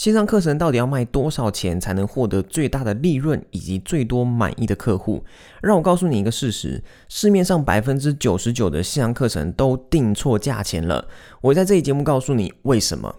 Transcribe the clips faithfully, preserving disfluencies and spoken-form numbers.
线上课程到底要卖多少钱才能获得最大的利润以及最多满意的客户？让我告诉你一个事实，市面上 百分之九十九 的线上课程都定错价钱了。我会在这期节目告诉你为什么。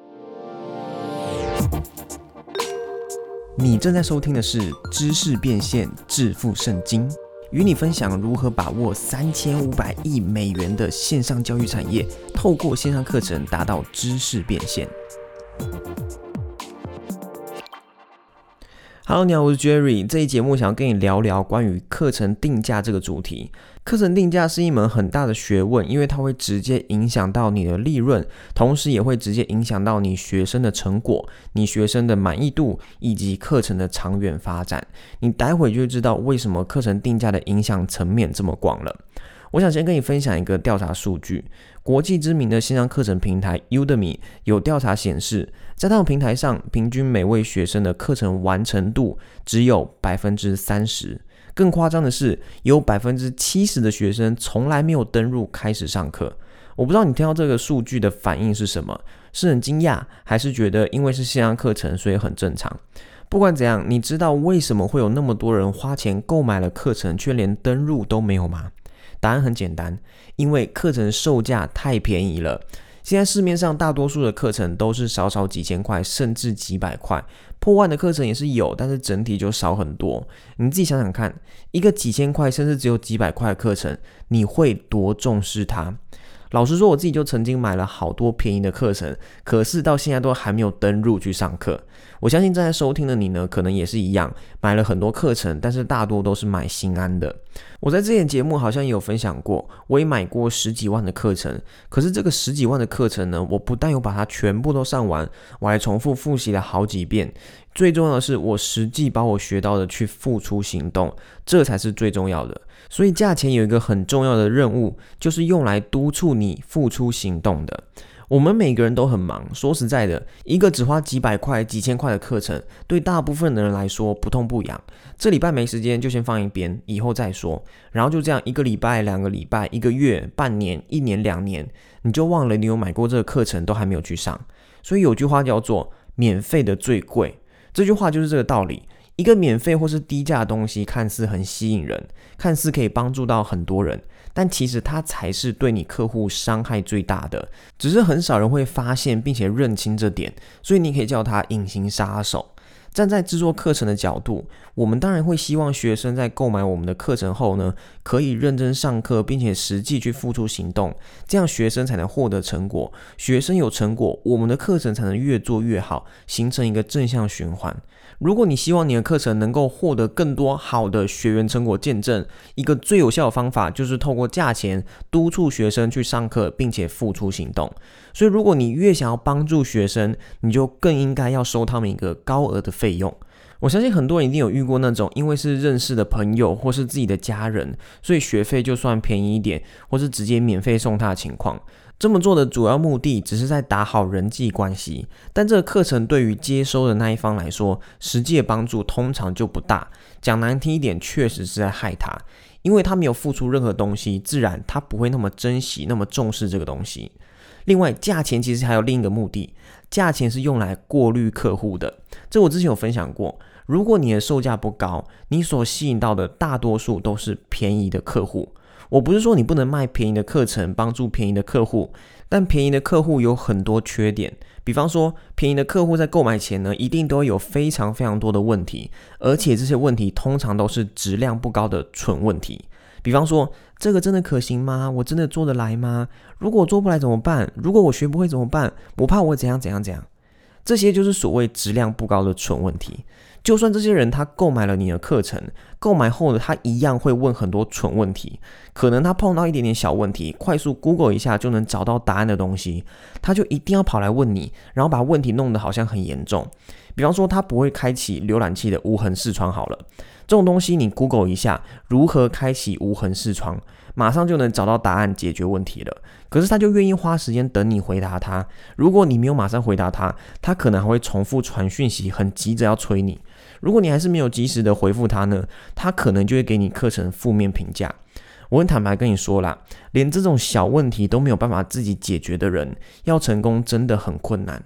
你正在收听的是知识变现致富圣经，与你分享如何把握三千五百亿美元的线上教育产业，透过线上课程达到知识变现。Hello， 你好，我是 Jerry。这一节目想要跟你聊聊关于课程定价这个主题。课程定价是一门很大的学问，因为它会直接影响到你的利润，同时也会直接影响到你学生的成果、你学生的满意度以及课程的长远发展。你待会就会知道为什么课程定价的影响层面这么广了。我想先跟你分享一个调查数据，国际知名的线上课程平台 Udemy 有调查显示，在他们平台上，平均每位学生的课程完成度只有 百分之三十， 更夸张的是，有 百分之七十 的学生从来没有登入开始上课。我不知道你听到这个数据的反应是什么，是很惊讶，还是觉得因为是线上课程所以很正常？不管怎样，你知道为什么会有那么多人花钱购买了课程却连登入都没有吗？答案很简单，因为课程售价太便宜了。现在市面上大多数的课程都是少少几千块，甚至几百块，破万的课程也是有，但是整体就少很多。你自己想想看，一个几千块甚至只有几百块的课程，你会多重视它？老实说，我自己就曾经买了好多便宜的课程，可是到现在都还没有登入去上课。我相信正在收听的你呢，可能也是一样，买了很多课程，但是大多都是买心安的。我在之前节目好像也有分享过，我也买过十几万的课程，可是这个十几万的课程呢，我不但有把它全部都上完，我还重复复习了好几遍。最重要的是，我实际把我学到的去付出行动，这才是最重要的。所以价钱有一个很重要的任务，就是用来督促你付出行动的。我们每个人都很忙，说实在的，一个只花几百块、几千块的课程，对大部分的人来说不痛不痒。这礼拜没时间就先放一边，以后再说。然后就这样一个礼拜、两个礼拜、一个月、半年、一年、两年，你就忘了你有买过这个课程，都还没有去上。所以有句话叫做“免费的最贵”，这句话就是这个道理。一个免费或是低价的东西看似很吸引人，看似可以帮助到很多人，但其实它才是对你客户伤害最大的，只是很少人会发现并且认清这点，所以你可以叫它隐形杀手。站在制作课程的角度，我们当然会希望学生在购买我们的课程后呢，可以认真上课，并且实际去付出行动，这样学生才能获得成果。学生有成果，我们的课程才能越做越好，形成一个正向循环。如果你希望你的课程能够获得更多好的学员成果见证，一个最有效的方法就是透过价钱督促学生去上课，并且付出行动。所以如果你越想要帮助学生，你就更应该要收他们一个高额的费用。我相信很多人一定有遇过那种因为是认识的朋友或是自己的家人，所以学费就算便宜一点，或是直接免费送他的情况。这么做的主要目的只是在打好人际关系，但这个课程对于接收的那一方来说，实际的帮助通常就不大。讲难听一点，确实是在害他，因为他没有付出任何东西，自然他不会那么珍惜、那么重视这个东西。另外，价钱其实还有另一个目的，价钱是用来过滤客户的。这我之前有分享过，如果你的售价不高，你所吸引到的大多数都是便宜的客户。我不是说你不能卖便宜的课程帮助便宜的客户，但便宜的客户有很多缺点。比方说，便宜的客户在购买前呢，一定都有非常非常多的问题，而且这些问题通常都是质量不高的蠢问题。比方说，这个真的可行吗？我真的做得来吗？如果我做不来怎么办？如果我学不会怎么办？我怕我怎样怎样怎样。这些就是所谓质量不高的蠢问题。就算这些人他购买了你的课程，购买后呢，他一样会问很多蠢问题。可能他碰到一点点小问题，快速 Google 一下就能找到答案的东西，他就一定要跑来问你，然后把问题弄得好像很严重。比方说，他不会开启浏览器的无痕视窗好了，这种东西你 Google 一下如何开启无痕视窗，马上就能找到答案解决问题了。可是他就愿意花时间等你回答他，如果你没有马上回答他，他可能还会重复传讯息，很急着要催你。如果你还是没有及时的回复他呢，他可能就会给你课程负面评价。我很坦白跟你说啦，连这种小问题都没有办法自己解决的人，要成功真的很困难。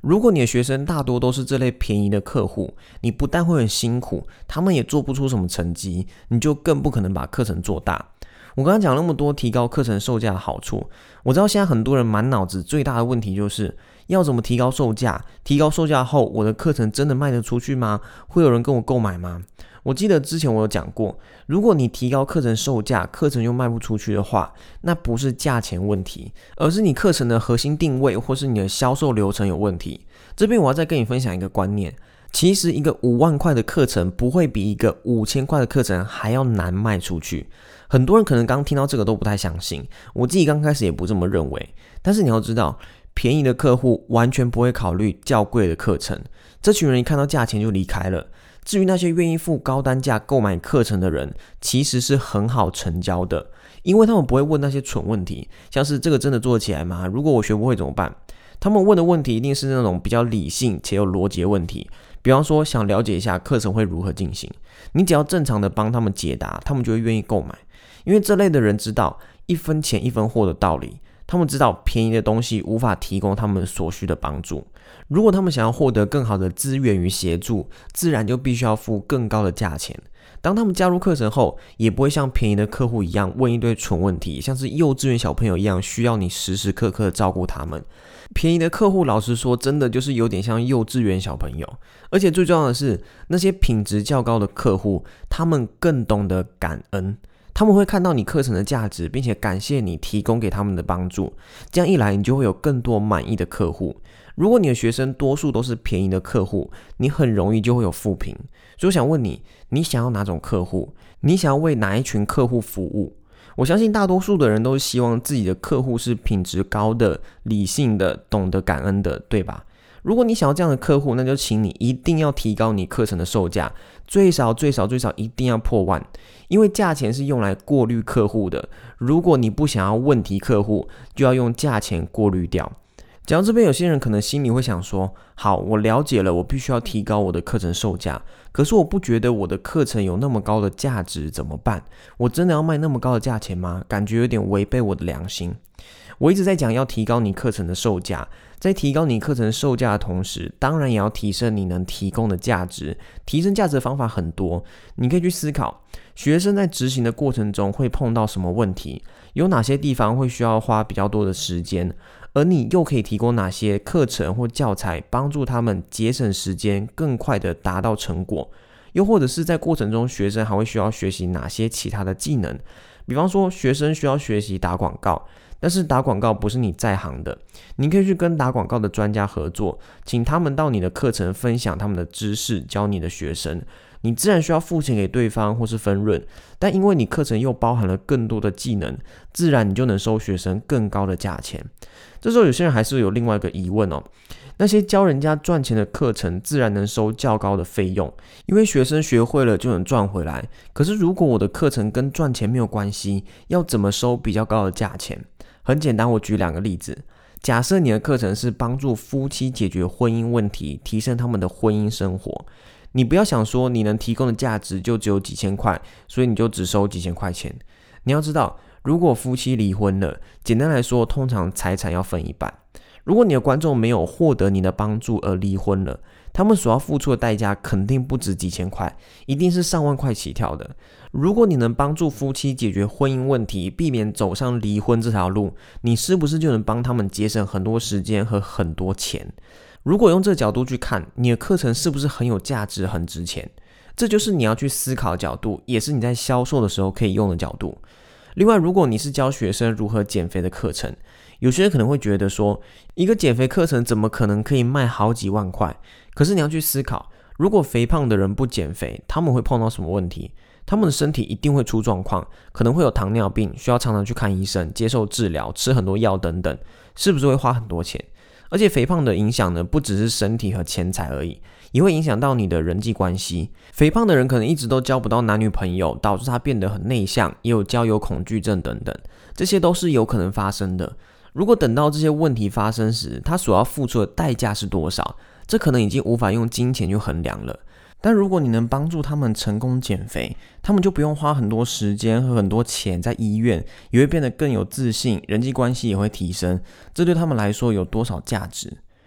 如果你的学生大多都是这类便宜的客户，你不但会很辛苦，他们也做不出什么成绩，你就更不可能把课程做大。我刚刚讲那么多提高课程售价的好处，我知道现在很多人满脑子最大的问题就是要怎么提高售价，提高售价后我的课程真的卖得出去吗？会有人跟我购买吗？我记得之前我有讲过，如果你提高课程售价，课程又卖不出去的话，那不是价钱问题，而是你课程的核心定位或是你的销售流程有问题。这边我要再跟你分享一个观念，其实一个五万块的课程不会比一个五千块的课程还要难卖出去。很多人可能刚听到这个都不太相信，我自己刚开始也不这么认为。但是你要知道，便宜的客户完全不会考虑较贵的课程，这群人一看到价钱就离开了。至于那些愿意付高单价购买课程的人，其实是很好成交的，因为他们不会问那些蠢问题，像是这个真的做得起来吗？如果我学不会怎么办？他们问的问题一定是那种比较理性且有逻辑的问题，比方说想了解一下课程会如何进行，你只要正常的帮他们解答，他们就会愿意购买。因为这类的人知道一分钱一分货的道理，他们知道便宜的东西无法提供他们所需的帮助。如果他们想要获得更好的资源与协助，自然就必须要付更高的价钱。当他们加入课程后，也不会像便宜的客户一样问一堆蠢问题，像是幼稚园小朋友一样需要你时时刻刻的照顾他们。便宜的客户老实说真的就是有点像幼稚园小朋友，而且最重要的是，那些品质较高的客户，他们更懂得感恩。他们会看到你课程的价值，并且感谢你提供给他们的帮助，这样一来你就会有更多满意的客户。如果你的学生多数都是便宜的客户，你很容易就会有负评。所以我想问你，你想要哪种客户？你想要为哪一群客户服务？我相信大多数的人都是希望自己的客户是品质高的、理性的、懂得感恩的，对吧？如果你想要这样的客户，那就请你一定要提高你课程的售价，最少最少最少一定要破万，因为价钱是用来过滤客户的。如果你不想要问题客户，就要用价钱过滤掉。讲到这边，有些人可能心里会想说，好，我了解了，我必须要提高我的课程售价，可是我不觉得我的课程有那么高的价值，怎么办？我真的要卖那么高的价钱吗？感觉有点违背我的良心。我一直在讲要提高你课程的售价，在提高你课程售价的同时，当然也要提升你能提供的价值。提升价值的方法很多，你可以去思考，学生在执行的过程中会碰到什么问题，有哪些地方会需要花比较多的时间，而你又可以提供哪些课程或教材，帮助他们节省时间，更快的达到成果。又或者是在过程中，学生还会需要学习哪些其他的技能，比方说学生需要学习打广告，但是打广告不是你在行的，你可以去跟打广告的专家合作，请他们到你的课程分享他们的知识，教你的学生。你自然需要付钱给对方或是分润，但因为你课程又包含了更多的技能，自然你就能收学生更高的价钱。这时候有些人还是有另外一个疑问哦，那些教人家赚钱的课程自然能收较高的费用，因为学生学会了就能赚回来。可是如果我的课程跟赚钱没有关系，要怎么收比较高的价钱？很简单，我举两个例子。假设你的课程是帮助夫妻解决婚姻问题，提升他们的婚姻生活，你不要想说你能提供的价值就只有几千块，所以你就只收几千块钱。你要知道，如果夫妻离婚了，简单来说，通常财产要分一半。如果你的观众没有获得你的帮助而离婚了，他们所要付出的代价肯定不止几千块，一定是上万块起跳的。如果你能帮助夫妻解决婚姻问题，避免走上离婚这条路，你是不是就能帮他们节省很多时间和很多钱？如果用这个角度去看，你的课程是不是很有价值、很值钱？这就是你要去思考的角度，也是你在销售的时候可以用的角度。另外，如果你是教学生如何减肥的课程，有些人可能会觉得说，一个减肥课程怎么可能可以卖好几万块？可是你要去思考，如果肥胖的人不减肥，他们会碰到什么问题？他们的身体一定会出状况，可能会有糖尿病，需要常常去看医生，接受治疗，吃很多药等等，是不是会花很多钱？而且肥胖的影响呢，不只是身体和钱财而已，也会影响到你的人际关系。肥胖的人可能一直都交不到男女朋友，导致他变得很内向，也有交友恐惧症等等，这些都是有可能发生的。如果等到这些问题发生时，他所要付出的代价是多少，这可能已经无法用金钱去衡量了。但如果你能帮助他们成功减肥，他们就不用花很多时间和很多钱在医院，也会变得更有自信，人际关系也会提升，这对他们来说有多少价值？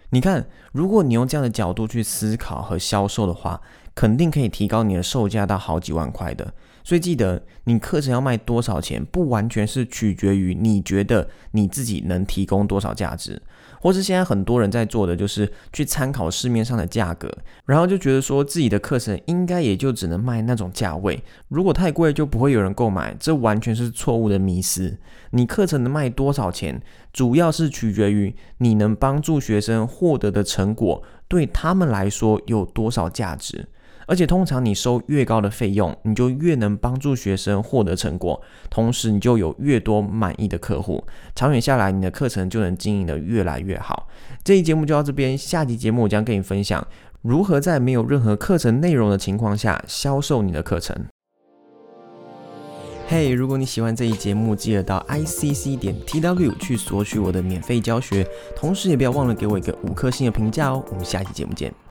你看，如果你用这样的角度去思考和销售的话，肯定可以提高你的售价到好几万块的。所以记得，你课程要卖多少钱，不完全是取决于你觉得你自己能提供多少价值，或是现在很多人在做的就是去参考市面上的价格，然后就觉得说自己的课程应该也就只能卖那种价位，如果太贵就不会有人购买，这完全是错误的迷思。你课程能卖多少钱，主要是取决于你能帮助学生获得的成果对他们来说有多少价值。而且通常你收越高的费用，你就越能帮助学生获得成果，同时你就有越多满意的客户，长远下来你的课程就能经营得越来越好。这期节目就到这边，下期节目我将跟你分享如何在没有任何课程内容的情况下销售你的课程。嘿、hey, 如果你喜欢这一节目，记得到 i c c 点 t w 去索取我的免费教学，同时也不要忘了给我一个五颗星的评价哦。我们下期节目见。